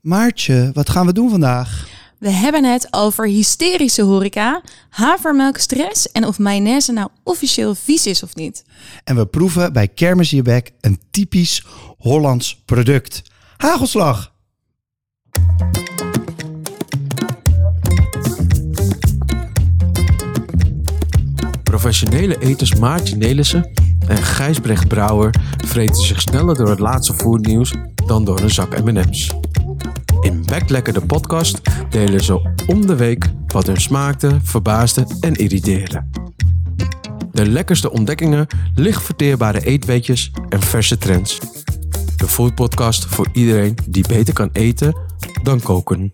Maartje, wat gaan we doen vandaag? We hebben het over hysterische horeca, havermelkstress en of mayonaise nou officieel vies is of niet. En we proeven bij Kermis Hierbek een typisch Hollands product. Hagelslag! Professionele eters Maartje Nelissen en Gijsbrecht Brouwer vreten zich sneller door het laatste foodnieuws dan door een zak M&M's. In Bek Lekker de podcast delen ze om de week wat hun smaakte, verbaasde en irriteerde. De lekkerste ontdekkingen, licht verteerbare eetweetjes en verse trends. De foodpodcast voor iedereen die beter kan eten dan koken.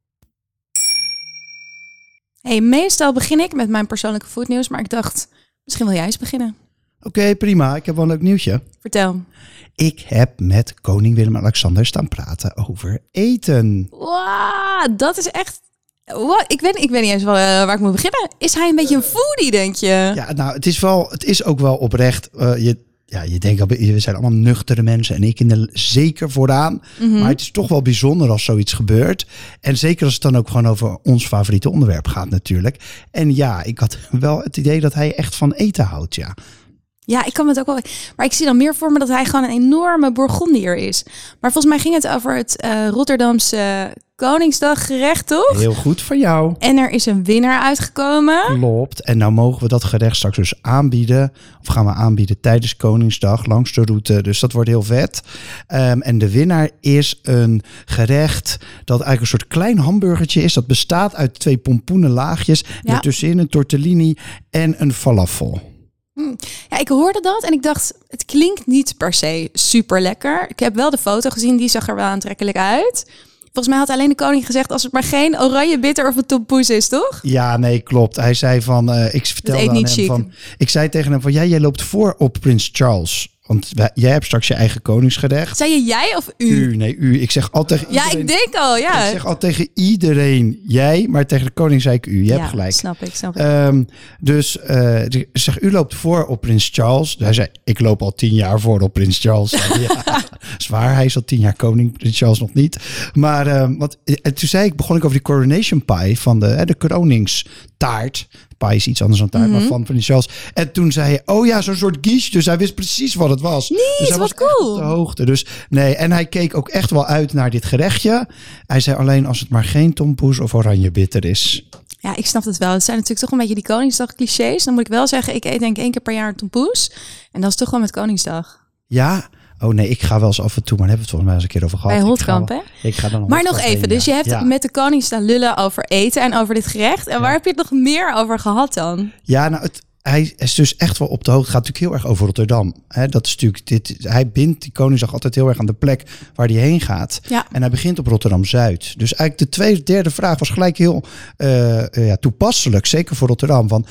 Hey, meestal begin ik met mijn persoonlijke foodnieuws, maar ik dacht, misschien wil jij eens beginnen. Oké, prima. Ik heb wel een leuk nieuwtje. Vertel. Ik heb met koning Willem-Alexander staan praten over eten. Wow, dat is echt... Wow, ik weet niet eens wel, waar ik moet beginnen. Is hij een beetje een foodie, denk je? Ja, nou, het is ook wel oprecht. Je denkt, we zijn allemaal nuchtere mensen en ik zeker vooraan. Mm-hmm. Maar het is toch wel bijzonder als zoiets gebeurt. En zeker als het dan ook gewoon over ons favoriete onderwerp gaat natuurlijk. En ja, ik had wel het idee dat hij echt van eten houdt, ja. Ja, ik kan het ook wel. Maar ik zie dan meer voor me dat hij gewoon een enorme Bourgondier is. Maar volgens mij ging het over het Rotterdamse Koningsdaggerecht, toch? Heel goed van jou. En er is een winnaar uitgekomen. Klopt. En nou mogen we dat gerecht straks dus aanbieden. Of gaan we aanbieden tijdens Koningsdag langs de route. Dus dat wordt heel vet. En de winnaar is een gerecht dat eigenlijk een soort klein hamburgertje is. Dat bestaat uit 2 pompoenen laagjes. Ja. Met tussenin een tortellini en een falafel. Ja, ik hoorde dat en ik dacht, het klinkt niet per se super lekker. Ik heb wel de foto gezien, die zag er wel aantrekkelijk uit. Volgens mij had alleen de koning gezegd, als het maar geen oranje bitter of een tompoes is, toch? Ja, nee, klopt. Hij zei van, ik vertelde aan hem van, ik zei tegen hem van, jij loopt voor op Prins Charles. Want jij hebt straks je eigen koningsgerecht. Zei je jij of u? Nee, u. Ik zeg altijd tegen iedereen. Ja, ik denk al, ja. Ik zeg al tegen iedereen jij, maar tegen de koning zei ik u. Je hebt gelijk. Snap ik. Dus ik zeg, u loopt voor op Prins Charles. Hij zei, ik loop al 10 jaar voor op Prins Charles. Ja, zwaar. Hij is al 10 jaar koning, Prins Charles nog niet. Maar toen begon ik over die coronation pie van de koningstaart. Pie is iets anders dan taart, maar van Prins Charles. En toen zei hij, oh ja, zo'n soort quiche. Dus hij wist precies wat het was. Niet, dus hij wat was cool. Op de hoogte. Dus nee, en hij keek ook echt wel uit naar dit gerechtje. Hij zei alleen als het maar geen tompoes of oranje bitter is. Ja, ik snap het wel. Het zijn natuurlijk toch een beetje die Koningsdag clichés. Dan moet ik wel zeggen, ik eet denk ik 1 keer per jaar een tompoes. En dat is toch wel met Koningsdag. Ja. Oh nee, ik ga wel eens af en toe, maar daar hebben we het volgens mij eens een keer over gehad. Bij Holtkamp, hè? Ik ga dan maar nog even, dus je hebt met de koning staan lullen over eten en over dit gerecht. En waar heb je het nog meer over gehad dan? Ja, nou, hij is dus echt wel op de hoogte. Het gaat natuurlijk heel erg over Rotterdam. Dat is natuurlijk hij bindt die Koningsdag altijd heel erg aan de plek waar hij heen gaat. Ja. En hij begint op Rotterdam-Zuid. Dus eigenlijk de derde vraag was gelijk heel toepasselijk, zeker voor Rotterdam. Van,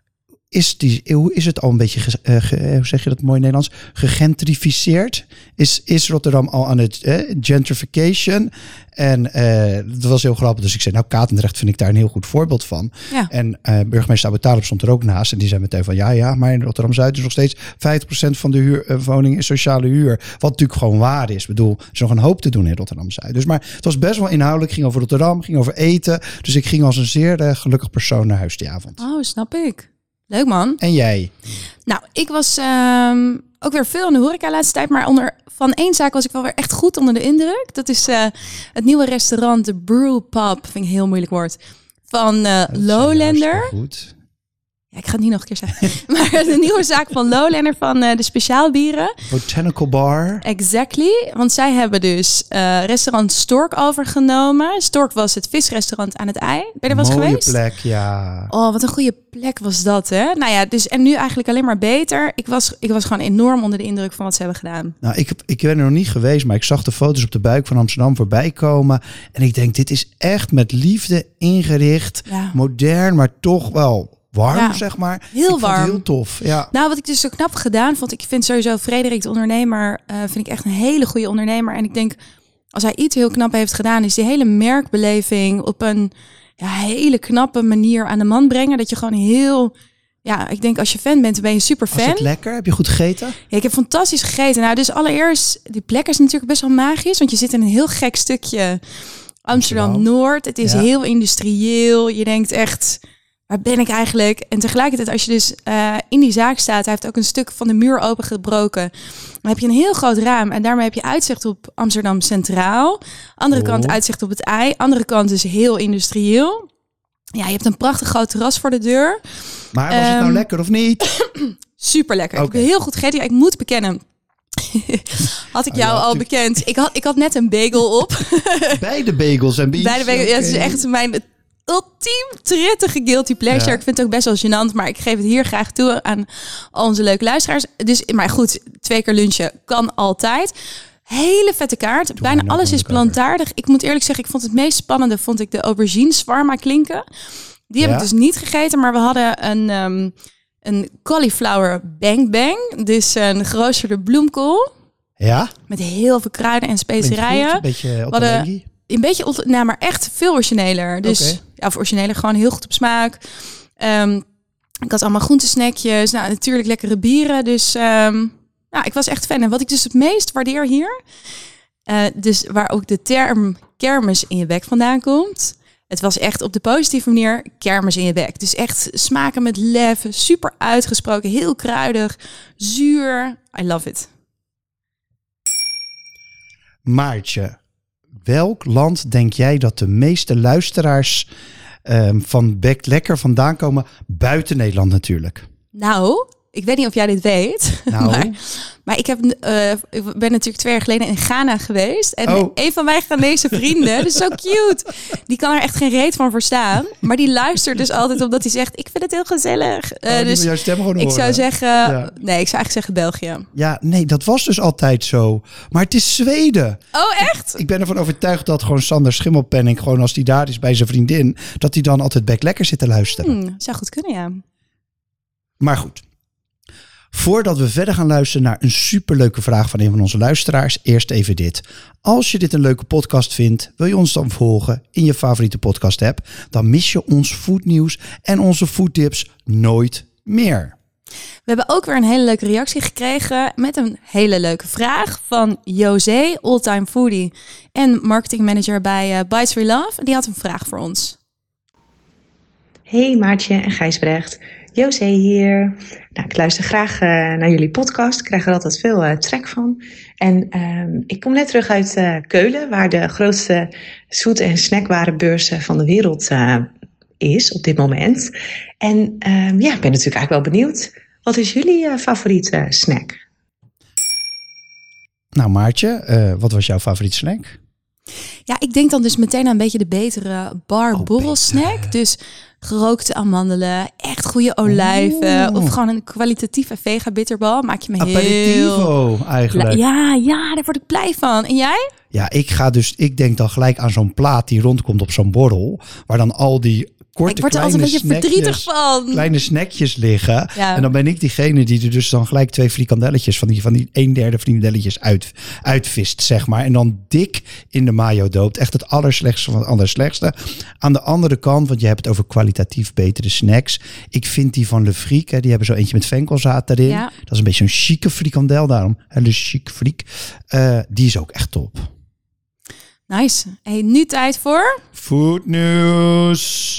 hoe is het al een beetje, hoe zeg je dat mooi Nederlands, gegentrificeerd? Is Rotterdam al aan het gentrification? En dat was heel grappig. Dus ik zei, nou, Katendrecht vind ik daar een heel goed voorbeeld van. Ja. En burgemeester Abu Talib stond er ook naast. En die zei meteen van, ja, maar in Rotterdam-Zuid is nog steeds 50% van de huurwoningen is sociale huur. Wat natuurlijk gewoon waar is. Ik bedoel, er is nog een hoop te doen in Rotterdam-Zuid. Dus, maar het was best wel inhoudelijk. Ging over Rotterdam, ging over eten. Dus ik ging als een zeer gelukkig persoon naar huis die avond. Oh, snap ik. Leuk man. En jij? Nou, ik was ook weer veel in de horeca de laatste tijd. Maar van 1 zaak was ik wel weer echt goed onder de indruk. Dat is het nieuwe restaurant, de Brew Pub. Vind ik een heel moeilijk woord. Van Lowlander. Goed. Ja, ik ga het niet nog een keer zeggen. Maar de nieuwe zaak van Lowlander van de speciaalbieren. Botanical Bar. Exactly. Want zij hebben dus restaurant Stork overgenomen. Stork was het visrestaurant aan het IJ. Ben je er wel eens geweest? Mooie plek, ja. Oh, wat een goede plek was dat, hè? Nou ja, dus en nu eigenlijk alleen maar beter. Ik was gewoon enorm onder de indruk van wat ze hebben gedaan. Nou, ik ben er nog niet geweest, maar ik zag de foto's op de buik van Amsterdam voorbij komen. En ik denk, dit is echt met liefde ingericht. Ja. Modern, maar toch wel warm, zeg maar. Heel warm. Vond het heel tof, ja. Nou, wat ik dus zo knap gedaan vond, ik vind sowieso Frederik de ondernemer, vind ik echt een hele goede ondernemer. En ik denk, als hij iets heel knap heeft gedaan, is die hele merkbeleving op een hele knappe manier aan de man brengen. Dat je gewoon heel Ja, ik denk als je fan bent, dan ben je super fan. Was het lekker? Heb je goed gegeten? Ja, ik heb fantastisch gegeten. Nou, dus allereerst, die plek is natuurlijk best wel magisch. Want je zit in een heel gek stukje Amsterdam-Noord. Het is heel industrieel. Je denkt echt, waar ben ik eigenlijk? En tegelijkertijd, als je dus in die zaak staat... hij heeft ook een stuk van de muur opengebroken. Dan heb je een heel groot raam. En daarmee heb je uitzicht op Amsterdam Centraal. Andere kant uitzicht op het IJ. Andere kant is heel industrieel. Ja, je hebt een prachtig groot terras voor de deur. Maar was het nou lekker of niet? Super lekker. Okay. Ik heb heel goed gegeten. Ja, ik moet bekennen. Had ik jou al bekend. Ik had net een bagel op. Beide bagels en beefs. Beide bagels. Ja, het is echt mijn ultiem trittige guilty pleasure. Ja. Ik vind het ook best wel gênant, maar ik geef het hier graag toe aan al onze leuke luisteraars. Dus, maar goed, 2 keer lunchen kan altijd. Hele vette kaart. Bijna alles is plantaardig. Ik moet eerlijk zeggen, ik vond het meest spannende vond ik de aubergine shawarma klinken. Die heb ik dus niet gegeten, maar we hadden een cauliflower bang bang. Dus een geroosterde bloemkool. Ja. Met heel veel kruiden en specerijen. Een beetje nou, maar echt veel origineler. Dus of origineler, gewoon heel goed op smaak. Ik had allemaal groentesnackjes. Nou, natuurlijk lekkere bieren. Dus ik was echt fan. En wat ik dus het meest waardeer hier... dus waar ook de term kermis in je bek vandaan komt... Het was echt op de positieve manier kermis in je bek. Dus echt smaken met lef, super uitgesproken, heel kruidig, zuur. I love it. Maartje, welk land denk jij dat de meeste luisteraars van Back Lekker vandaan komen? Buiten Nederland natuurlijk. Nou, ik weet niet of jij dit weet. Nou. Maar ik ben natuurlijk 2 jaar geleden in Ghana geweest. En een van mijn Ghanese vrienden, dat is zo cute. Die kan er echt geen reet van verstaan. Maar die luistert dus altijd omdat hij zegt, ik vind het heel gezellig. Dus jouw stem gewoon ik zou zeggen, nee, ik zou eigenlijk zeggen België. Ja, nee, dat was dus altijd zo. Maar het is Zweden. Oh, echt? Ik ben ervan overtuigd dat gewoon Sander Schimmelpenninck, gewoon als die daar is bij zijn vriendin, dat hij dan altijd Back Lekker zit te luisteren. Zou goed kunnen, ja. Maar goed. Voordat we verder gaan luisteren naar een superleuke vraag van een van onze luisteraars, eerst even dit. Als je dit een leuke podcast vindt, wil je ons dan volgen in je favoriete podcast app, dan mis je ons foodnieuws en onze foodtips nooit meer. We hebben ook weer een hele leuke reactie gekregen met een hele leuke vraag van José, all-time foodie en marketingmanager bij Bites We Love. Die had een vraag voor ons. Hey Maartje en Gijsbrecht. José hier. Nou, ik luister graag naar jullie podcast. Ik krijg er altijd veel trek van. En ik kom net terug uit Keulen, waar de grootste zoet- en snackwarenbeurs van de wereld is op dit moment. En ik ben natuurlijk eigenlijk wel benieuwd. Wat is jullie favoriete snack? Nou Maartje, wat was jouw favoriete snack? Ja, ik denk dan dus meteen aan een beetje de betere bar-borrelsnack. Dus gerookte amandelen, echt goede olijven. Of gewoon een kwalitatieve vega bitterbal. Maak je me aperitivo eigenlijk. Ja, daar word ik blij van. En jij? Ja, ik denk dan gelijk aan zo'n plaat die rondkomt op zo'n borrel. Waar dan al die korte, ik word er altijd een beetje verdrietig van. Kleine snackjes liggen. Ja. En dan ben ik diegene die er dus dan gelijk 2 frikandelletjes van die 1/3 frikandelletjes uitvist, zeg maar. En dan dik in de mayo doopt. Echt het allerslechtste van het allerslechtste. Aan de andere kant, want je hebt het over kwalitatief betere snacks. Ik vind die van Le Friek, die hebben zo eentje met venkelzaad erin. Ja. Dat is een beetje zo'n chique frikandel daarom. Le Chic Friek. Die is ook echt top. Nice. Hey, nu tijd voor... Foodnieuws.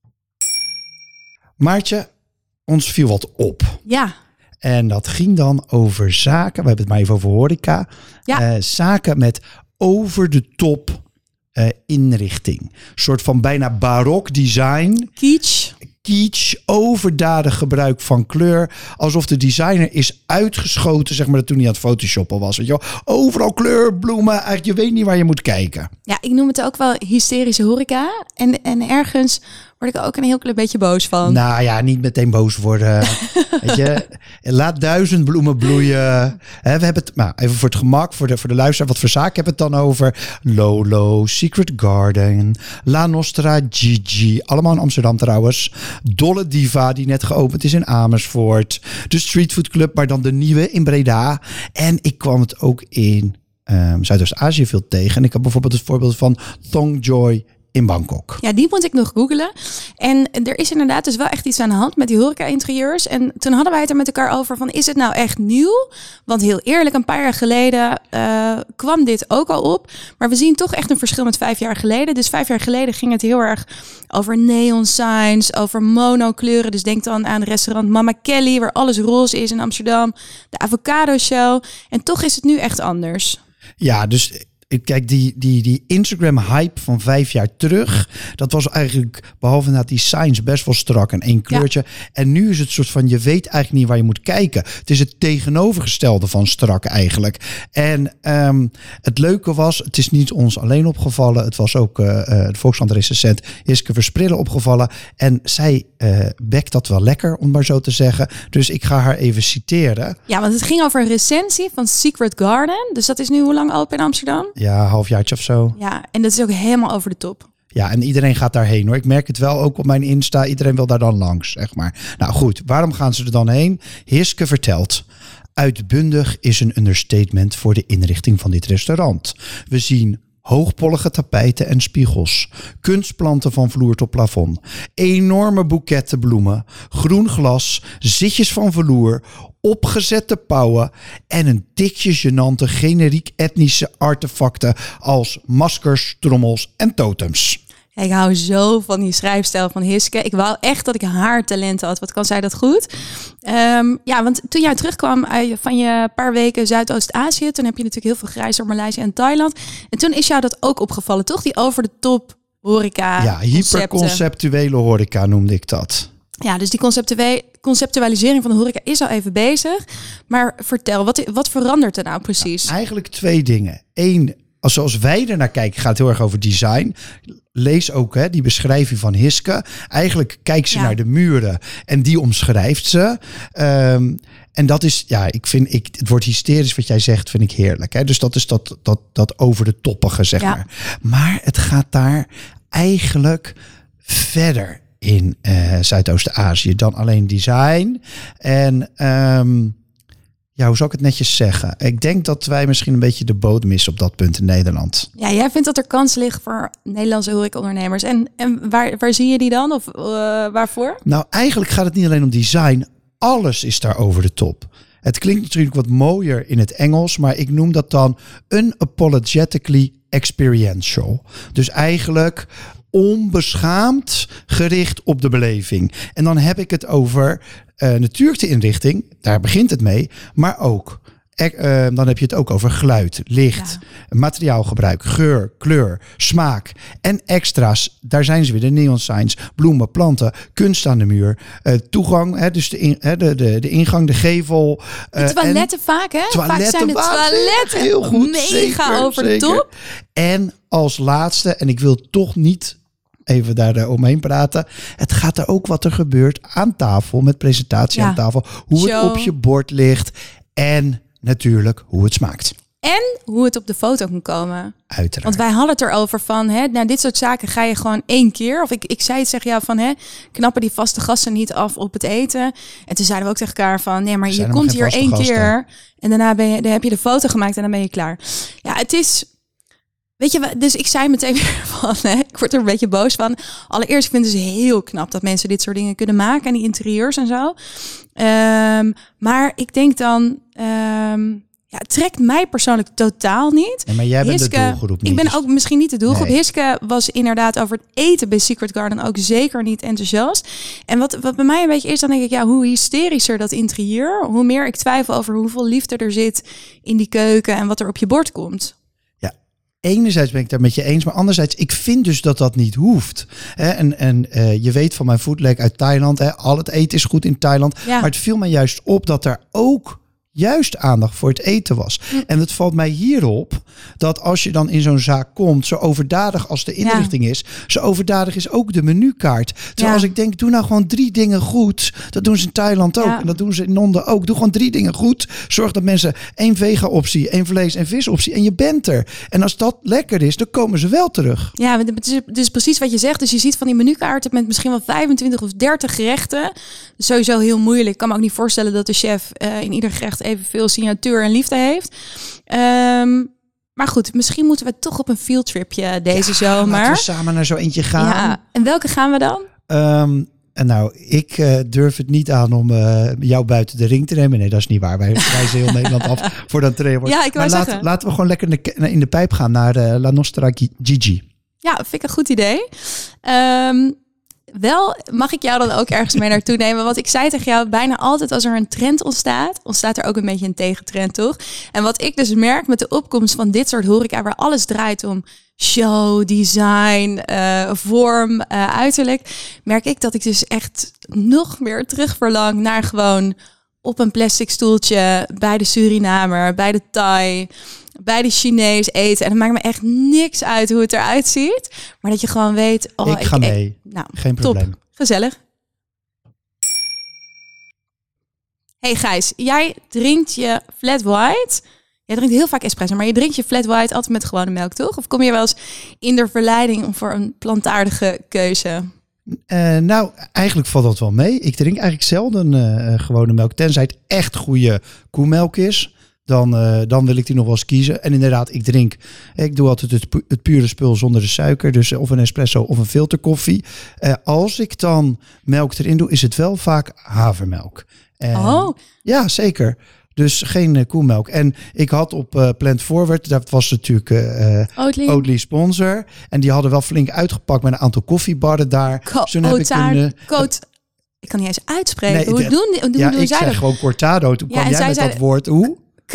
Maartje, ons viel wat op. Ja. En dat ging dan over zaken. We hebben het maar even over horeca. Ja. Zaken met over de top inrichting. Een soort van bijna barok design. Kitsch, overdadig gebruik van kleur. Alsof de designer is uitgeschoten, zeg maar, dat toen hij aan het photoshoppen was. Weet je wel? Overal kleur, bloemen. Eigenlijk, je weet niet waar je moet kijken. Ja, ik noem het ook wel hysterische horeca. En ergens word ik ook een heel klein beetje boos van. Nou ja, niet meteen boos worden. Weet je, laat 1000 bloemen bloeien. We hebben het, nou, even voor het gemak, voor de luisteraar, wat voor zaken hebben we het dan over? Lolo, Secret Garden, La Nostra Gigi, allemaal in Amsterdam trouwens. Dolle Diva, die net geopend is in Amersfoort. De Street Food Club, maar dan de nieuwe in Breda. En ik kwam het ook in Zuidoost-Azië veel tegen. En ik heb bijvoorbeeld het voorbeeld van Thong Joy in Bangkok. Ja, die moet ik nog googlen. En er is inderdaad dus wel echt iets aan de hand met die horeca-interieurs. En toen hadden wij het er met elkaar over van, is het nou echt nieuw? Want heel eerlijk, een paar jaar geleden kwam dit ook al op. Maar we zien toch echt een verschil met 5 jaar geleden. Dus 5 jaar geleden ging het heel erg over neon signs, over monokleuren. Dus denk dan aan het restaurant Mama Kelly, waar alles roze is in Amsterdam. De Avocado Show. En toch is het nu echt anders. Ja, dus kijk, die Instagram-hype van 5 jaar terug, dat was eigenlijk, behalve dat die signs best wel strak en 1 kleurtje. Ja. En nu is het soort van, je weet eigenlijk niet waar je moet kijken. Het is het tegenovergestelde van strak eigenlijk. En het leuke was, het is niet ons alleen opgevallen. Het was ook de Volkskrant-recensent Hiske Versprillen opgevallen. En zij bekt dat wel lekker, om maar zo te zeggen. Dus ik ga haar even citeren. Ja, want het ging over een recensie van Secret Garden. Dus dat is nu hoe lang open in Amsterdam? Ja, halfjaartje of zo. Ja, en dat is ook helemaal over de top. Ja, en iedereen gaat daarheen hoor. Ik merk het wel ook op mijn Insta. Iedereen wil daar dan langs, zeg maar. Nou goed, waarom gaan ze er dan heen? Hiske vertelt: uitbundig is een understatement voor de inrichting van dit restaurant. We zien hoogpollige tapijten en spiegels, kunstplanten van vloer tot plafond, enorme boeketten bloemen, groen glas, zitjes van velour, opgezette pauwen en een tikje gênante generiek etnische artefacten als maskers, trommels en totems. Ik hou zo van die schrijfstijl van Hiske. Ik wou echt dat ik haar talenten had. Wat kan zij dat goed? Ja, want toen jij terugkwam van je paar weken Zuidoost-Azië, toen heb je natuurlijk heel veel gereisd door Maleisië en Thailand. En toen is jou dat ook opgevallen, toch? Die over de top horeca. Ja, hyperconceptuele horeca noemde ik dat. Ja, dus die conceptualisering van de horeca is al even bezig. Maar vertel, wat verandert er nou precies? Nou, eigenlijk 2 dingen. 1, zoals wij er naar kijken, gaat het heel erg over design. Lees ook die beschrijving van Hiske. Eigenlijk kijkt ze naar de muren en die omschrijft ze. En dat is, het wordt hysterisch wat jij zegt, vind ik heerlijk. Hè? Dus dat is dat over de toppige, zeg maar. Maar het gaat daar eigenlijk verder in Zuidoost-Azië dan alleen design. En hoe zou ik het netjes zeggen? Ik denk dat wij misschien een beetje de boot missen op dat punt in Nederland. Ja, jij vindt dat er kans ligt voor Nederlandse horecaondernemers. En waar zie je die dan? Of waarvoor? Nou, eigenlijk gaat het niet alleen om design. Alles is daar over de top. Het klinkt natuurlijk wat mooier in het Engels, maar ik noem dat dan unapologetically experiential. Dus eigenlijk onbeschaamd gericht op de beleving. En dan heb ik het over natuurlijk de inrichting, daar begint het mee, maar ook dan heb je het ook over geluid, licht, materiaalgebruik, geur, kleur, smaak en extra's. Daar zijn ze weer, de neon signs, bloemen, planten, kunst aan de muur, toegang, dus de ingang, de gevel. De toiletten vaak, hè? Vaak zijn de toiletten heel goed, mega zeker, over de top. En als laatste, en ik wil toch niet even daar omheen praten. Het gaat er ook wat er gebeurt aan tafel, met presentatie aan tafel. Hoe het op je bord ligt en natuurlijk hoe het smaakt. En hoe het op de foto kan komen. Uiteraard. Want wij hadden het erover van, dit soort zaken ga je gewoon 1 keer. Of ik zei het tegen jou van, knappen die vaste gasten niet af op het eten. En toen zeiden we ook tegen elkaar van, nee, maar je komt hier 1 keer. En daarna dan heb je de foto gemaakt en dan ben je klaar. Ja, het is... Weet je, dus ik zei meteen weer van, ik word er een beetje boos van. Allereerst vinden ze heel knap dat mensen dit soort dingen kunnen maken. En die interieurs en zo. Maar ik denk dan, het trekt mij persoonlijk totaal niet. Ja, maar jij bent de doelgroep niet. Ik ben ook misschien niet de doelgroep. Nee. Hiske was inderdaad over het eten bij Secret Garden ook zeker niet enthousiast. En wat bij mij een beetje is, dan denk ik, hoe hysterischer dat interieur, hoe meer ik twijfel over hoeveel liefde er zit in die keuken en wat er op je bord komt. Enerzijds ben ik daar met je eens, maar anderzijds, ik vind dus dat niet hoeft. En je weet van mijn foodlek uit Thailand, al het eten is goed in Thailand. Ja. Maar het viel mij juist op dat er ook juist aandacht voor het eten was. En het valt mij hierop dat als je dan in zo'n zaak komt, zo overdadig als de inrichting is, zo overdadig is ook de menukaart. Terwijl als ik denk, doe nou gewoon 3 dingen goed. Dat doen ze in Thailand ook. Ja. En dat doen ze in Londen ook. Doe gewoon 3 dingen goed. Zorg dat mensen 1 vega-optie, 1 vlees- en visoptie en je bent er. En als dat lekker is, dan komen ze wel terug. Ja, het is precies wat je zegt. Dus je ziet van die menukaarten met misschien wel 25 of 30 gerechten. Sowieso heel moeilijk. Ik kan me ook niet voorstellen dat de chef in ieder gerecht evenveel signatuur en liefde heeft. Maar goed, misschien moeten we toch op een fieldtripje deze zomer. Laten we samen naar zo eentje gaan. Ja, en welke gaan we dan? Nou, ik durf het niet aan om jou buiten de ring te nemen. Nee, dat is niet waar. Wij reizen heel Nederland af voor dan trainen wordt. Ja, ik wou zeggen. Laten we gewoon lekker in de pijp gaan naar La Nostra Gigi. Ja, vind ik een goed idee. Wel mag ik jou dan ook ergens mee naartoe nemen. Want ik zei tegen jou, bijna altijd als er een trend ontstaat er ook een beetje een tegentrend, toch? En wat ik dus merk met de opkomst van dit soort horeca, waar alles draait om show, design, vorm, uiterlijk, merk ik dat ik dus echt nog meer terug verlang naar gewoon op een plastic stoeltje bij de Surinamer, bij de Thai, bij de Chinees eten. En het maakt me echt niks uit hoe het eruit ziet. Maar dat je gewoon weet... ik ga mee. Nou, geen probleem. Top. Gezellig. Hey Gijs, jij drinkt je flat white. Jij drinkt heel vaak espresso, maar je drinkt je flat white altijd met gewone melk, toch? Of kom je wel eens in de verleiding voor een plantaardige keuze? Nou, eigenlijk valt dat wel mee. Ik drink eigenlijk zelden gewone melk. Tenzij het echt goede koemelk is. Dan wil ik die nog wel eens kiezen. En inderdaad, ik doe altijd het pure spul zonder de suiker. Dus of een espresso of een filterkoffie. Als ik dan melk erin doe, is het wel vaak havermelk. Ja, zeker. Dus geen koemelk. En ik had op Plant Forward, dat was natuurlijk Oatly sponsor. En die hadden wel flink uitgepakt met een aantal koffiebarren daar. Ik kan niet eens uitspreken. Nee, hoe ik zei gewoon cortado. Toen kwam jij met dat woord. Hoe?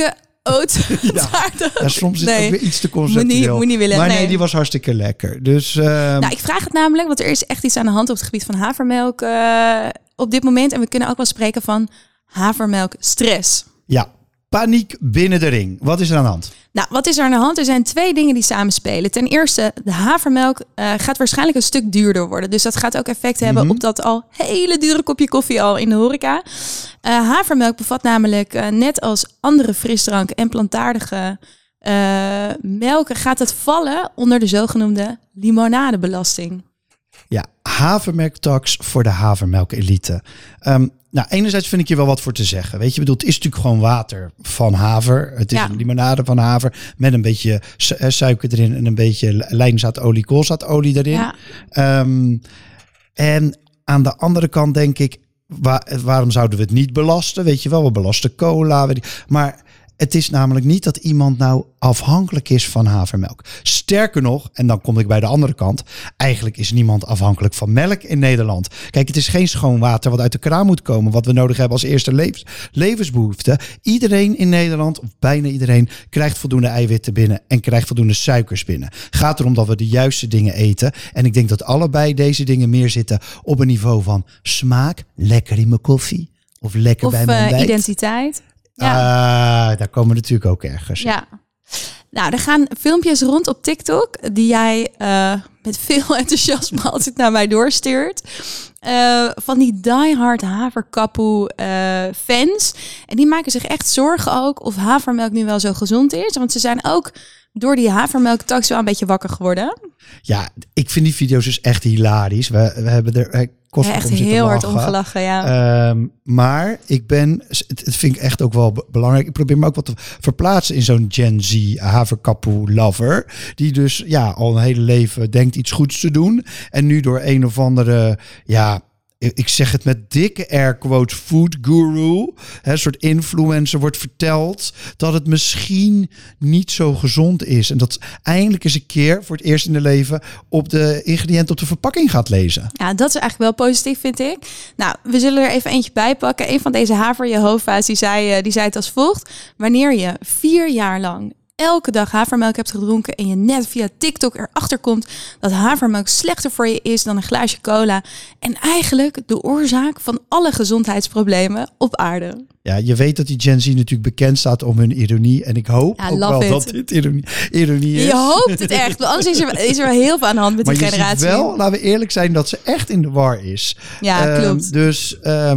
Soms is het ook weer iets te conceptueel. Moet niet willen. Maar nee, die was hartstikke lekker. Dus, Nou, ik vraag het namelijk, want er is echt iets aan de hand op het gebied van havermelk op dit moment. En we kunnen ook wel spreken van havermelkstress. Ja, paniek binnen de ring. Wat is er aan de hand? Nou, wat is er aan de hand? Er zijn 2 dingen die samenspelen. Ten eerste, de havermelk gaat waarschijnlijk een stuk duurder worden. Dus dat gaat ook effect hebben op dat al hele dure kopje koffie al in de horeca. Havermelk bevat namelijk, net als andere frisdrank en plantaardige melken, gaat het vallen onder de zogenoemde limonadebelasting. Ja, havermelktax voor de havermelkelite. Nou, enerzijds vind ik je wel wat voor te zeggen. Weet je, bedoel, het is natuurlijk gewoon water van haver. Het is een limonade van haver met een beetje suiker erin en een beetje lijnzaadolie, koolzaadolie erin. Ja. En aan de andere kant denk ik, waarom zouden we het niet belasten? Weet je wel, we belasten cola. Maar het is namelijk niet dat iemand nou afhankelijk is van havermelk. Sterker nog, en dan kom ik bij de andere kant, eigenlijk is niemand afhankelijk van melk in Nederland. Kijk, het is geen schoon water wat uit de kraan moet komen, wat we nodig hebben als eerste levensbehoefte. Iedereen in Nederland, of bijna iedereen, krijgt voldoende eiwitten binnen en krijgt voldoende suikers binnen. Gaat erom dat we de juiste dingen eten. En ik denk dat allebei deze dingen meer zitten op een niveau van smaak, lekker in mijn koffie, of lekker bij mijn ontbijt. Identiteit. Ja. Daar komen we natuurlijk ook ergens. Ja. Nou, er gaan filmpjes rond op TikTok die jij met veel enthousiasme altijd naar mij doorstuurt. Van die diehard haverkapoe fans. En die maken zich echt zorgen ook of havermelk nu wel zo gezond is. Want ze zijn ook door die havermelktax wel een beetje wakker geworden. Ja, ik vind die video's dus echt hilarisch. We hebben er echt heel hard om gelachen, ja. Maar het vind ik echt ook wel belangrijk. Ik probeer me ook wat te verplaatsen in zo'n Gen Z haverkapoe lover. Die dus al een hele leven denkt iets goeds te doen. En nu door een of andere, ik zeg het met dikke air quotes, food guru, een soort influencer, wordt verteld dat het misschien niet zo gezond is. En dat eindelijk eens een keer voor het eerst in het leven op de ingrediënten op de verpakking gaat lezen. Ja, dat is eigenlijk wel positief, vind ik. Nou, we zullen er even eentje bij pakken. Een van deze haver-Jehova's die zei het als volgt: wanneer je 4 jaar lang elke dag havermelk hebt gedronken en je net via TikTok erachter komt dat havermelk slechter voor je is dan een glaasje cola en eigenlijk de oorzaak van alle gezondheidsproblemen op aarde. Ja, je weet dat die Gen Z natuurlijk bekend staat om hun ironie. En ik hoop ook wel dat dit ironie is. Je hoopt het echt. Want anders is er heel veel aan de hand met die generatie. Maar je ziet wel, laten we eerlijk zijn, dat ze echt in de war is. Ja, klopt. Dus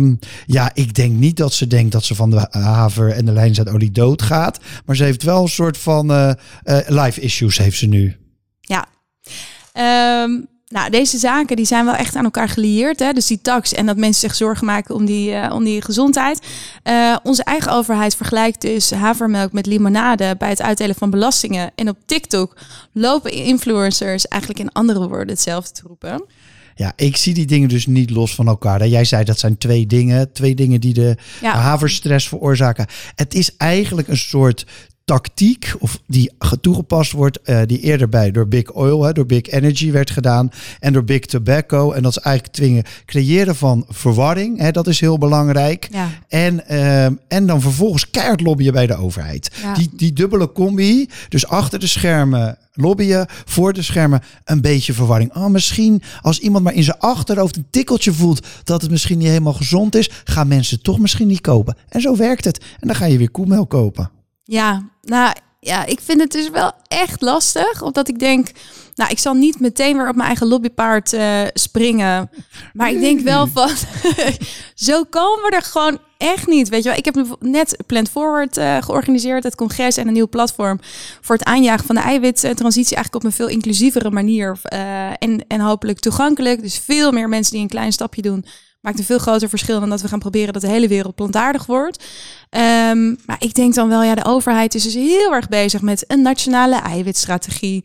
ik denk niet dat ze denkt dat ze van de haver en de lijnzaadolie doodgaat. Maar ze heeft wel een soort van life issues heeft ze nu. Ja. Nou, deze zaken die zijn wel echt aan elkaar gelieerd. Hè? Dus die tax en dat mensen zich zorgen maken om die gezondheid. Onze eigen overheid vergelijkt dus havermelk met limonade bij het uitdelen van belastingen. En op TikTok lopen influencers eigenlijk in andere woorden hetzelfde te roepen. Ja, ik zie die dingen dus niet los van elkaar. Hè. Jij zei dat zijn twee dingen die de haverstress veroorzaken. Het is eigenlijk een soort tactiek of die toegepast wordt, die eerder door Big Oil, door Big Energy werd gedaan en door Big Tobacco. En dat is eigenlijk creëren van verwarring. Hè, dat is heel belangrijk. Ja. En dan vervolgens keihard lobbyen bij de overheid. Ja. Die dubbele combi, dus achter de schermen lobbyen, voor de schermen een beetje verwarring. Misschien als iemand maar in zijn achterhoofd een tikkeltje voelt dat het misschien niet helemaal gezond is, gaan mensen toch misschien niet kopen. En zo werkt het. En dan ga je weer koemelk kopen. Ja, nou ja, ik vind het dus wel echt lastig. Omdat ik denk, nou, ik zal niet meteen weer op mijn eigen lobbypaard springen. Maar ik denk wel van, zo komen we er gewoon echt niet. Weet je wel, ik heb net Plant Forward georganiseerd, het congres en een nieuw platform voor het aanjagen van de eiwittransitie eigenlijk op een veel inclusievere manier en hopelijk toegankelijk. Dus veel meer mensen die een klein stapje doen. Maakt een veel groter verschil dan dat we gaan proberen dat de hele wereld plantaardig wordt. Maar ik denk dan wel, de overheid is dus heel erg bezig met een nationale eiwitstrategie.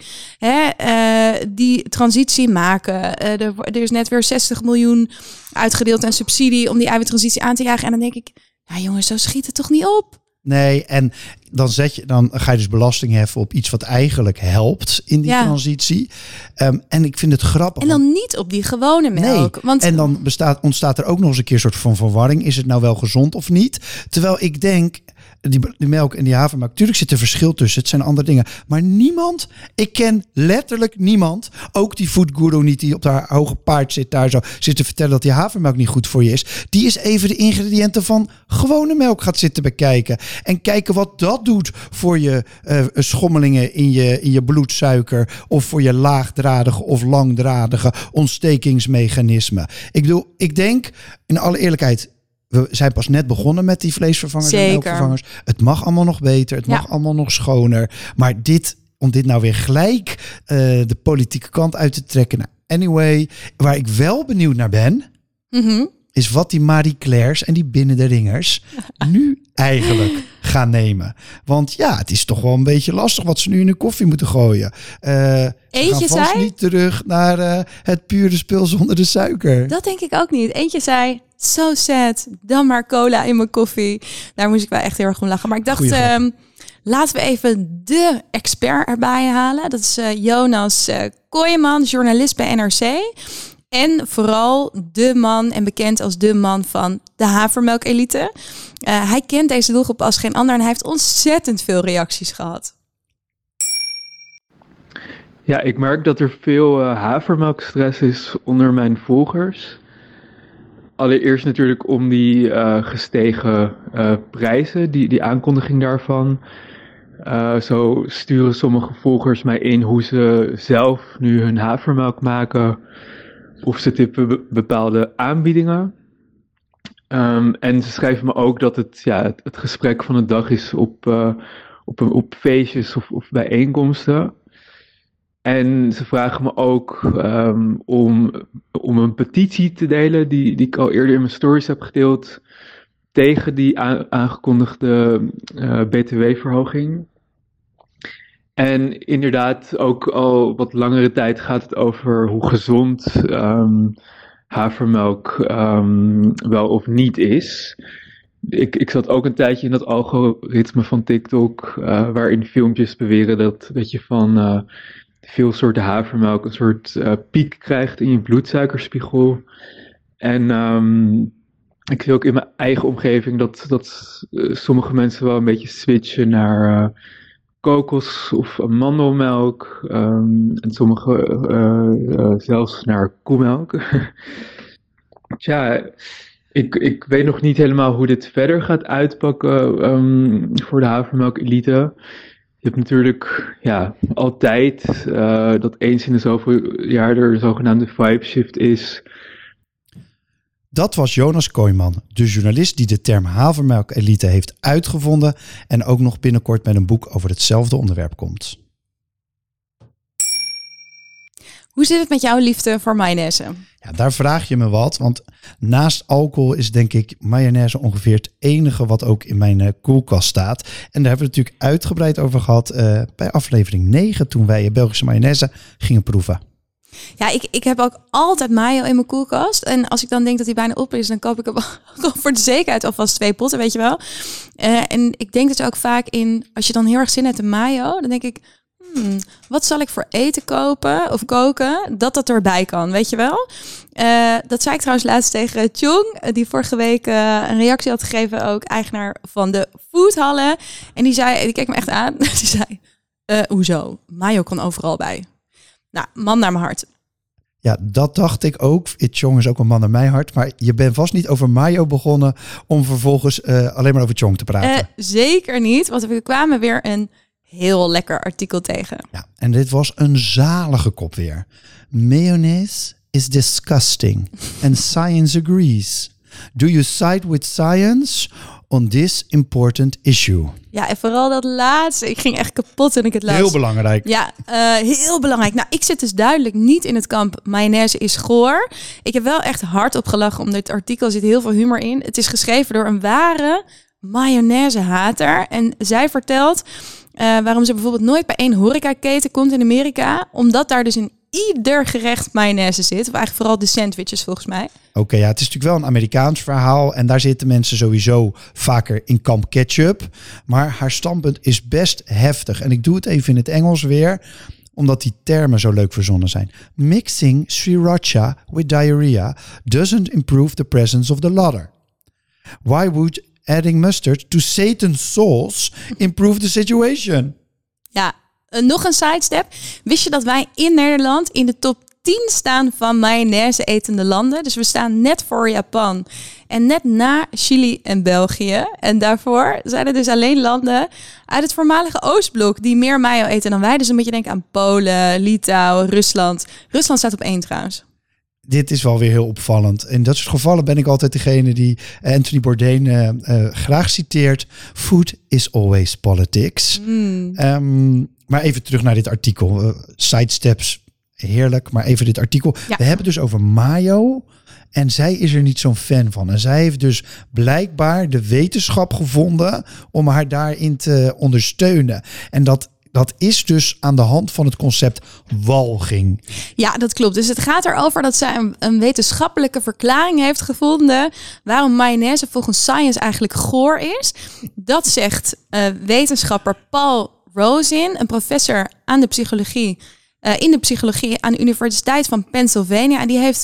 Die transitie maken. Er is net weer 60 miljoen uitgedeeld aan subsidie om die eiwittransitie aan te jagen. En dan denk ik, ja jongens, zo schiet het toch niet op? Nee, en dan ga je dus belasting heffen op iets wat eigenlijk helpt in die transitie. En ik vind het grappig. En dan niet op die gewone melk. Nee. Want... En dan ontstaat er ook nog eens een keer een soort van verwarring. Is het nou wel gezond of niet? Terwijl ik denk, die melk en die havermelk, natuurlijk zit er verschil tussen. Het zijn andere dingen. Maar ik ken letterlijk niemand, ook die foodguru niet, die op haar hoge paard zit daar zo zit te vertellen dat die havermelk niet goed voor je is. Die is even de ingrediënten van gewone melk gaat zitten bekijken. En kijken wat dat doet voor je schommelingen in je bloedsuiker of voor je laagdradige of langdradige ontstekingsmechanismen. Ik denk, in alle eerlijkheid, we zijn pas net begonnen met die vleesvervangers en melkvervangers. Het mag allemaal nog beter, het mag allemaal nog schoner. Maar om dit nou weer gelijk de politieke kant uit te trekken. Nou, anyway, waar ik wel benieuwd naar ben, is wat die Marie Claire's en die Binnen de Ringers nu eigenlijk gaan nemen. Want het is toch wel een beetje lastig wat ze nu in hun koffie moeten gooien. Ze gaan vast niet terug naar het pure spul zonder de suiker. Dat denk ik ook niet. Eentje zei, so sad, dan maar cola in mijn koffie. Daar moest ik wel echt heel erg om lachen. Maar ik dacht, laten we even de expert erbij halen. Dat is Jonas Kooijman, journalist bij NRC. En vooral de man en bekend als de man van de havermelkelite. Hij kent deze doelgroep als geen ander en hij heeft ontzettend veel reacties gehad. Ja, ik merk dat er veel havermelkstress is onder mijn volgers. Allereerst natuurlijk om die gestegen prijzen, die aankondiging daarvan. Zo sturen sommige volgers mij in hoe ze zelf nu hun havermelk maken. Of ze tippen bepaalde aanbiedingen. En ze schrijven me ook dat het gesprek van de dag is op feestjes of bijeenkomsten. En ze vragen me ook om een petitie te delen die ik al eerder in mijn stories heb gedeeld tegen die aangekondigde btw-verhoging. En inderdaad, ook al wat langere tijd gaat het over hoe gezond havermelk wel of niet is. Ik zat ook een tijdje in dat algoritme van TikTok, waarin filmpjes beweren dat van veel soorten havermelk een soort piek krijgt in je bloedsuikerspiegel. En ik zie ook in mijn eigen omgeving dat sommige mensen wel een beetje switchen naar kokos- of amandelmelk. En sommige zelfs naar koemelk. Ik weet nog niet helemaal hoe dit verder gaat uitpakken voor de havermelkelite. Je hebt natuurlijk altijd dat eens in de zoveel jaar er een zogenaamde vibe shift is. Dat was Jonas Kooijman, de journalist die de term havermelkelite heeft uitgevonden en ook nog binnenkort met een boek over hetzelfde onderwerp komt. Hoe zit het met jouw liefde voor mayonaise? Ja, daar vraag je me wat. Want naast alcohol is denk ik mayonaise ongeveer het enige wat ook in mijn koelkast staat. En daar hebben we het natuurlijk uitgebreid over gehad bij aflevering 9 toen wij Belgische mayonaise gingen proeven. Ja, ik heb ook altijd mayo in mijn koelkast. En als ik dan denk dat die bijna op is, dan koop ik hem voor de zekerheid alvast 2 potten, weet je wel. En ik denk dus ook vaak als je dan heel erg zin hebt in mayo, dan denk ik, wat zal ik voor eten kopen of koken, dat erbij kan, weet je wel. Dat zei ik trouwens laatst tegen Tjong, die vorige week een reactie had gegeven, ook eigenaar van de foodhallen. En die keek me echt aan, die zei, hoezo? Mayo kan overal bij. Nou, man naar mijn hart. Ja, dat dacht ik ook. Tjong is ook een man naar mijn hart. Maar je bent vast niet over mayo begonnen om vervolgens alleen maar over Tjong te praten. Zeker niet, want we kwamen weer een heel lekker artikel tegen. Ja, en dit was een zalige kop weer. Mayonnaise is disgusting and science agrees. Do you side with science on this important issue? Ja, en vooral dat laatste. Ik ging echt kapot toen ik het las. Heel belangrijk. Ja, heel belangrijk. Nou, ik zit dus duidelijk niet in het kamp mayonaise is goor. Ik heb wel echt hard op gelachen om dit artikel. Er zit heel veel humor in. Het is geschreven door een ware mayonaise-hater. En zij vertelt waarom ze bijvoorbeeld nooit bij één horecaketen komt in Amerika. Omdat daar dus in ieder gerecht mayonaise zit. Of eigenlijk vooral de sandwiches volgens mij. Oké, ja, het is natuurlijk wel een Amerikaans verhaal. En daar zitten mensen sowieso vaker in kamp ketchup. Maar haar standpunt is best heftig. En ik doe het even in het Engels weer, omdat die termen zo leuk verzonnen zijn. Mixing sriracha with diarrhea doesn't improve the presence of the latter. Why would adding mustard to Satan's sauce improve the situation? Ja, nog een sidestep. Wist je dat wij in Nederland in de top 10 staan van mayonaise etende landen? Dus we staan net voor Japan en net na Chili en België. En daarvoor zijn er dus alleen landen uit het voormalige Oostblok die meer mayo eten dan wij. Dus dan moet je denken aan Polen, Litouwen, Rusland. Rusland staat op 1 trouwens. Dit is wel weer heel opvallend. In dat soort gevallen ben ik altijd degene die Anthony Bourdain graag citeert. Food is always politics. Maar even terug naar dit artikel. Sidesteps, heerlijk. Maar even dit artikel. Ja. We hebben het dus over mayo. En zij is er niet zo'n fan van. En zij heeft dus blijkbaar de wetenschap gevonden om haar daarin te ondersteunen. En dat is dus aan de hand van het concept walging. Ja, dat klopt. Dus het gaat erover dat zij een wetenschappelijke verklaring heeft gevonden waarom mayonaise volgens science eigenlijk goor is. Dat zegt wetenschapper Paul Rosin, een professor aan de psychologie, in de psychologie aan de Universiteit van Pennsylvania. En die heeft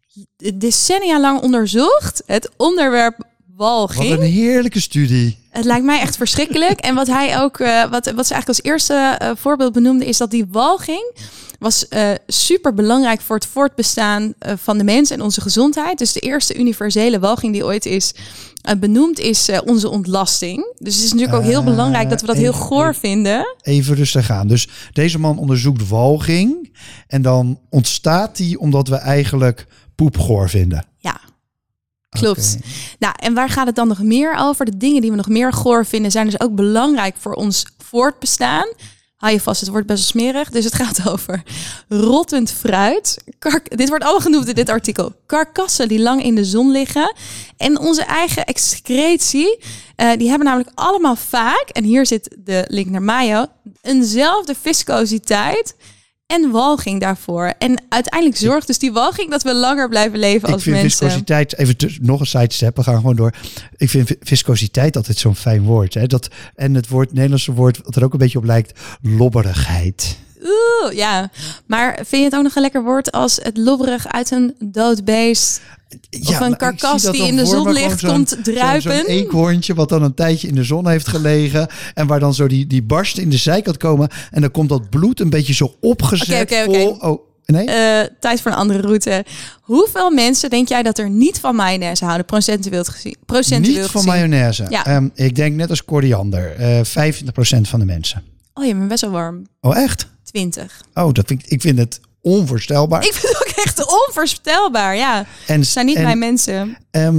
decennia lang onderzocht het onderwerp walging. Wat een heerlijke studie. Het lijkt mij echt verschrikkelijk. En wat hij ook, wat ze eigenlijk als eerste voorbeeld benoemde, is dat die walging was super belangrijk voor het voortbestaan van de mens en onze gezondheid. Dus de eerste universele walging die ooit is benoemd is onze ontlasting. Dus het is natuurlijk ook heel belangrijk dat we dat heel goor vinden. Even rustig aan. Dus deze man onderzoekt walging en dan ontstaat die omdat we eigenlijk poepgoor vinden. Ja. Klopt. Okay. Nou, en waar gaat het dan nog meer over? De dingen die we nog meer goor vinden zijn dus ook belangrijk voor ons voortbestaan. Hou je vast, het wordt best wel smerig. Dus het gaat over rottend fruit. Dit wordt allemaal genoemd in dit artikel. Karkassen die lang in de zon liggen. En onze eigen excretie. Die hebben namelijk allemaal vaak, en hier zit de link naar mayo, eenzelfde viscositeit en walging daarvoor. En uiteindelijk zorgt dus die walging dat we langer blijven leven als mensen. Ik vind viscositeit, even nog een sidestep, we gaan gewoon door. Ik vind viscositeit altijd zo'n fijn woord. Hè? En het Nederlandse woord wat er ook een beetje op lijkt, lobberigheid. Ja. Maar vind je het ook nog een lekker woord als het lobberig uit een dood beest? Ja, of een karkas die in de zon ligt, komt druipen. Zo'n eekhoorntje wat dan een tijdje in de zon heeft gelegen. En waar dan zo die barsten in de zijkant komen. En dan komt dat bloed een beetje zo opgezet. Vol. Oh, nee? Tijd voor een andere route. Hoeveel mensen denk jij dat er niet van mayonaise houden, procentueel gezien? Niet van mayonaise? Ja. Ik denk net als koriander. 25% van de mensen. Oh, je bent best wel warm. Oh, echt? 20. Oh, ik vind het onvoorstelbaar. Ik vind het ook echt onvoorstelbaar, ja. Het zijn niet mijn mensen.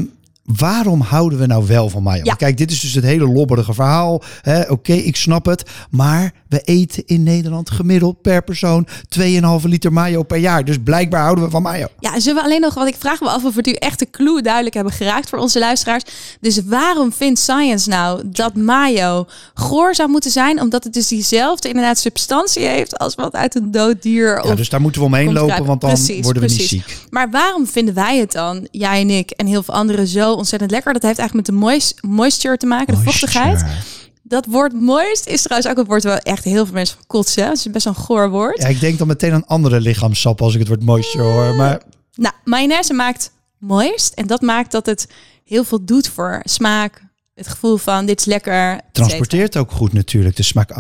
waarom houden we nou wel van mayo? Ja. Kijk, dit is dus het hele lobberige verhaal. Oké, ik snap het. Maar we eten in Nederland gemiddeld per persoon 2,5 liter mayo per jaar. Dus blijkbaar houden we van mayo. Ja, en zullen we alleen nog, want ik vraag me af of we nu echt de clue duidelijk hebben geraakt voor onze luisteraars. Dus waarom vindt science nou dat mayo goor zou moeten zijn? Omdat het dus diezelfde inderdaad substantie heeft als wat uit een dood dier. Ja, dus daar moeten we omheen lopen, want dan worden we niet ziek. Maar waarom vinden wij het dan, jij en ik en heel veel anderen, zo ontzettend lekker? Dat heeft eigenlijk met de moisture te maken, de vochtigheid. Dat woord moist is trouwens ook een woord waar echt heel veel mensen van kotsen. Het is best een goor woord. Ja, ik denk dan meteen aan andere lichaamssap als ik het woord moisture hoor. Maar... Nou, mayonaise maakt moist. En dat maakt dat het heel veel doet voor smaak. Het gevoel van dit is lekker. Transporteert ook goed natuurlijk. De smaak.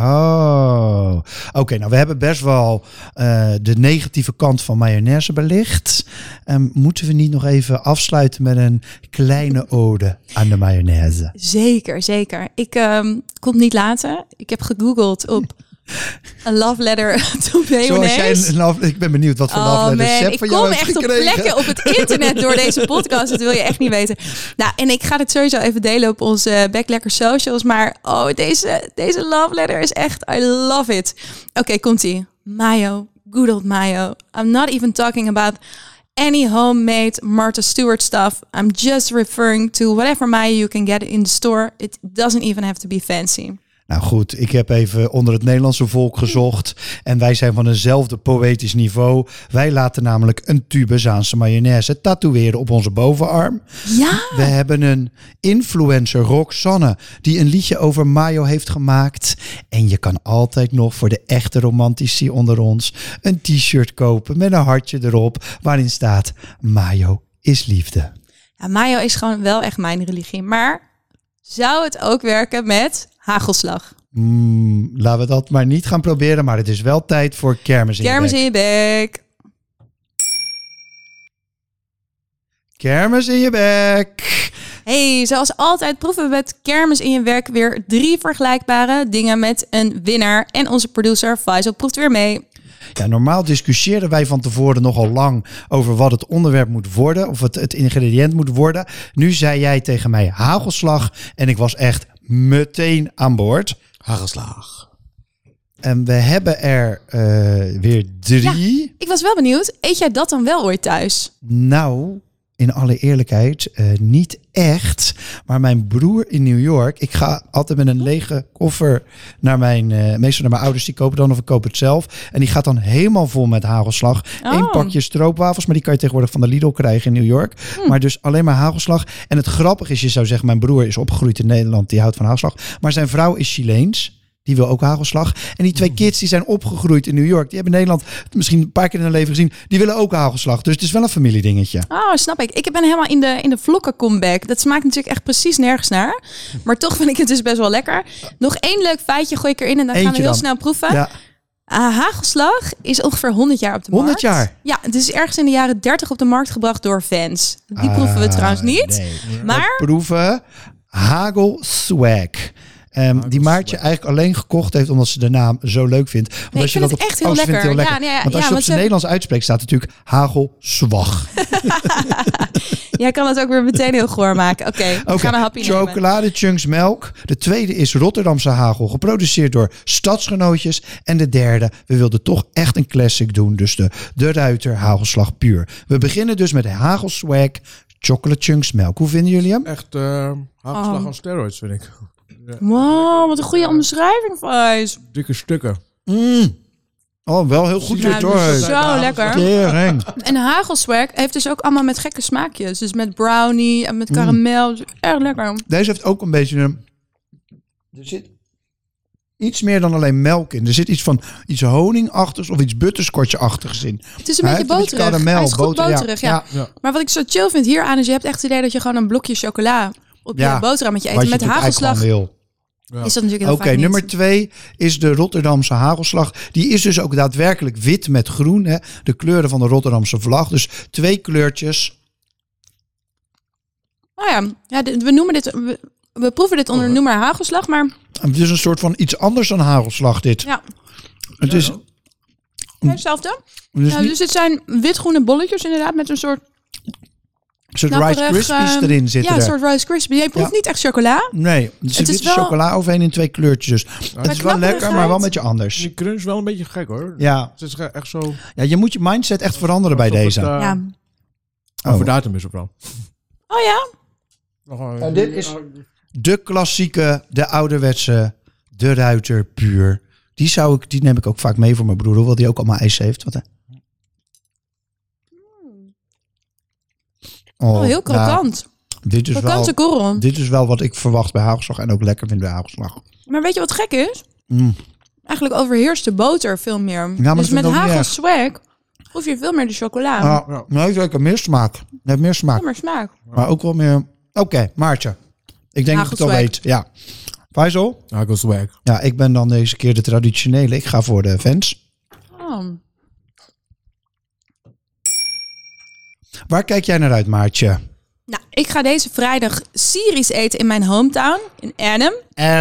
Oh. Oké, nou we hebben best wel de negatieve kant van mayonaise belicht. Moeten we niet nog even afsluiten met een kleine ode aan de mayonaise? Zeker, zeker. Ik kon het niet laten. Ik heb gegoogeld op een love letter to mayonaise. Ik ben benieuwd wat voor love letters ik kom echt op plekken op het internet door deze podcast. Dat wil je echt niet weten. Nou, en ik ga dit sowieso even delen op onze Backlekker socials. Maar deze love letter is echt, I love it. Oké, komt-ie. Mayo, good old mayo. I'm not even talking about any homemade Martha Stewart stuff. I'm just referring to whatever mayo you can get in the store. It doesn't even have to be fancy. Nou goed, ik heb even onder het Nederlandse volk gezocht. En wij zijn van eenzelfde poëtisch niveau. Wij laten namelijk een tube Zaanse mayonaise tatoeëren op onze bovenarm. Ja. We hebben een influencer, Roxanne, die een liedje over mayo heeft gemaakt. En je kan altijd nog voor de echte romantici onder ons een t-shirt kopen met een hartje erop. Waarin staat, mayo is liefde. Ja, mayo is gewoon wel echt mijn religie. Maar zou het ook werken met hagelslag? Laten we dat maar niet gaan proberen. Maar het is wel tijd voor kermis in je bek. Kermis in je bek. Kermis in je bek. Hey, zoals altijd proeven we met kermis in je werk weer 3 vergelijkbare dingen met een winnaar. En onze producer Faisal proeft weer mee. Ja, normaal discussiëren wij van tevoren nogal lang over wat het onderwerp moet worden. Of het ingrediënt moet worden. Nu zei jij tegen mij hagelslag. En ik was echt meteen aan boord. Hagelslag. En we hebben er weer 3. Ja, ik was wel benieuwd. Eet jij dat dan wel ooit thuis? Nou, in alle eerlijkheid, niet echt. Maar mijn broer in New York, ik ga altijd met een lege koffer naar meestal naar mijn ouders, die kopen dan of ik koop het zelf. En die gaat dan helemaal vol met hagelslag. 1 pakje stroopwafels, maar die kan je tegenwoordig van de Lidl krijgen in New York. Maar dus alleen maar hagelslag. En het grappige is, je zou zeggen, mijn broer is opgegroeid in Nederland, die houdt van hagelslag. Maar zijn vrouw is Chileens. Die wil ook hagelslag. En die 2 kids die zijn opgegroeid in New York. Die hebben Nederland misschien een paar keer in hun leven gezien. Die willen ook hagelslag. Dus het is wel een familiedingetje. Oh, snap ik. Ik ben helemaal in de vlokken comeback. Dat smaakt natuurlijk echt precies nergens naar. Maar toch vind ik het dus best wel lekker. Nog 1 leuk feitje gooi ik erin. En dan gaan we heel snel proeven. Ja. Hagelslag is ongeveer 100 jaar op de markt. 100 jaar? Ja, het is ergens in de jaren 30 op de markt gebracht door Vans. Die proeven we trouwens niet. Nee. Maar we proeven Hagelswag. Die Maartje eigenlijk alleen gekocht heeft omdat ze de naam zo leuk vindt. Want nee, als je ik dat vind het echt heel lekker. Ja, want als je het op zijn Nederlands uitspreekt, staat het natuurlijk Hagelswag. Jij kan het ook weer meteen heel goor maken. Oké, we gaan een hapje nemen. Chocolade chunks melk. De tweede is Rotterdamse hagel, geproduceerd door Stadsgenootjes. En de derde, we wilden toch echt een classic doen. Dus de Ruiter hagelslag puur. We beginnen dus met Hagelswag chocolate chunks melk. Hoe vinden jullie hem? Echt hagelslag aan steroids, vind ik. Ja. Wow, wat een goede omschrijving, Vijs. Dikke stukken. Oh, wel heel goed dit hoor. Zo lekker. Tering. En Hagelswag heeft dus ook allemaal met gekke smaakjes. Dus met brownie en met karamel. Dus erg lekker. Deze heeft ook een beetje Er zit iets meer dan alleen melk in. Er zit iets honingachtigs of iets butterscotje-achtigs in. Het is een beetje boterig. Hij is goed boterig, ja. Maar wat ik zo chill vind hieraan is, je hebt echt het idee dat je gewoon een blokje chocola op je boterhammetje eet. Met hagelslag is dat natuurlijk heel vaak niet. Nummer 2 is de Rotterdamse hagelslag. Die is dus ook daadwerkelijk wit met groen. Hè? De kleuren van de Rotterdamse vlag. Dus 2 kleurtjes. Oh ja, we noemen dit... We proeven dit onder de noemer hagelslag, maar... Het is een soort van iets anders dan hagelslag dit. Ja. Het is... Hetzelfde. Dus dit zijn wit-groene bolletjes inderdaad met een soort Een soort Rice Krispies erin zitten. Ja, een soort Rice Krispies. Je proeft niet echt chocola. Nee, er zit witte chocola overheen in 2 kleurtjes. Dus het is wel lekker, maar wel een beetje anders. Die crunch is wel een beetje gek hoor. Ja. Het is echt zo... Ja, je moet je mindset echt veranderen bij deze. Over datum is het wel. Oh ja? En dit is de klassieke, de ouderwetse, de Ruiter puur. Die neem ik ook vaak mee voor mijn broer, hoewel die ook allemaal ijs heeft. Heel krokant. Dit is wel wat ik verwacht bij hagelslag en ook lekker vind bij hagelslag. Maar weet je wat gek is? Eigenlijk overheerst de boter veel meer. Ja, dus met hagelswag proef je veel meer de chocola. Nee, zeker meer smaak. Het heeft meer smaak. Meer smaak. Maar ook wel meer... Oké, Maartje. Ik denk dat ik het al weet. Ja. Faisal? Hagelswag. Ja, ik ben dan deze keer de traditionele. Ik ga voor de fans. Waar kijk jij naar uit, Maartje? Nou, ik ga deze vrijdag Syrisch eten in mijn hometown, in Arnhem.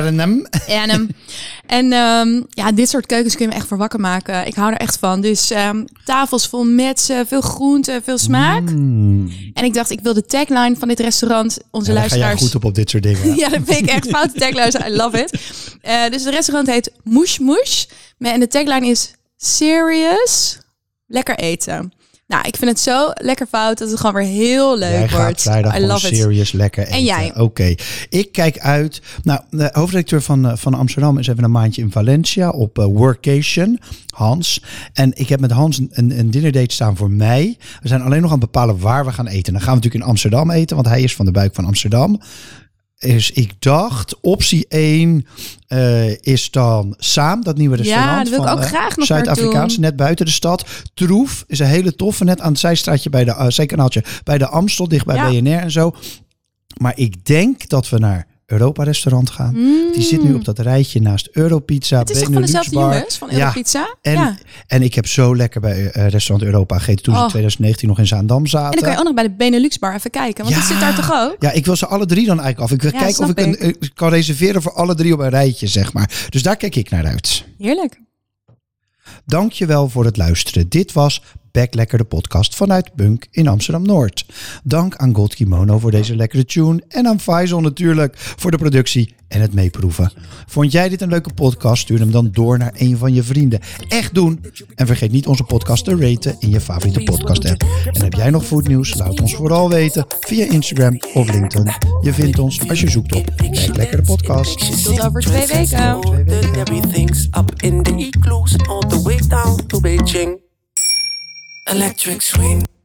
En dit soort keukens kun je me echt voor wakker maken. Ik hou er echt van. Dus tafels vol metsen, veel groenten, veel smaak. En ik dacht, ik wil de tagline van dit restaurant, onze luisteraars... Ga jij goed op dit soort dingen. Ja, dat vind ik echt foute tagline. I love it. Dus het restaurant heet Mush Mush. En de tagline is Serious, lekker eten. Nou, ik vind het zo lekker fout dat het gewoon weer heel leuk wordt. Gaat vrijdag I love Serious lekker eten. En jij? Oké. Ik kijk uit. Nou, de hoofdredacteur van Amsterdam is even een maandje in Valencia op workation. Hans. En ik heb met Hans een dinnerdate staan voor mei. We zijn alleen nog aan het bepalen waar we gaan eten. Dan gaan we natuurlijk in Amsterdam eten, want hij is van de buik van Amsterdam. Dus ik dacht, optie 1 is dan Saam, dat nieuwe restaurant. Ja, dat wil ik ook graag nog Zuid-Afrikaans, net buiten de stad. Troef is een hele toffe, net aan het zijstraatje bij de zijkanaaltje bij de Amstel, dicht bij BNR en zo. Maar ik denk dat we naar Europa restaurant gaan. Die zit nu op dat rijtje naast Europizza. Het is toch van dezelfde jongens van Europizza? En ik heb zo lekker bij restaurant Europa gegeten toen ze in 2019 nog in Zaandam zaten. En dan kan je ook nog bij de Benelux bar even kijken, want het zit daar toch ook? Ja, ik wil ze alle 3 dan eigenlijk af. Ik wil kijken of ik kan reserveren voor alle 3 op een rijtje, zeg maar. Dus daar kijk ik naar uit. Heerlijk. Dankjewel voor het luisteren. Dit was Back Lekker, de podcast vanuit Bunk in Amsterdam-Noord. Dank aan Gold Kimono voor deze lekkere tune. En aan Faisal natuurlijk voor de productie en het meeproeven. Vond jij dit een leuke podcast? Stuur hem dan door naar een van je vrienden. Echt doen! En vergeet niet onze podcast te raten in je favoriete podcast app. En heb jij nog foodnieuws? Laat ons vooral weten via Instagram of LinkedIn. Je vindt ons als je zoekt op Back Lekker, de podcast. Tot over 2 weken. Everything's up in the igloos all the way down to Beijing. Electric swing.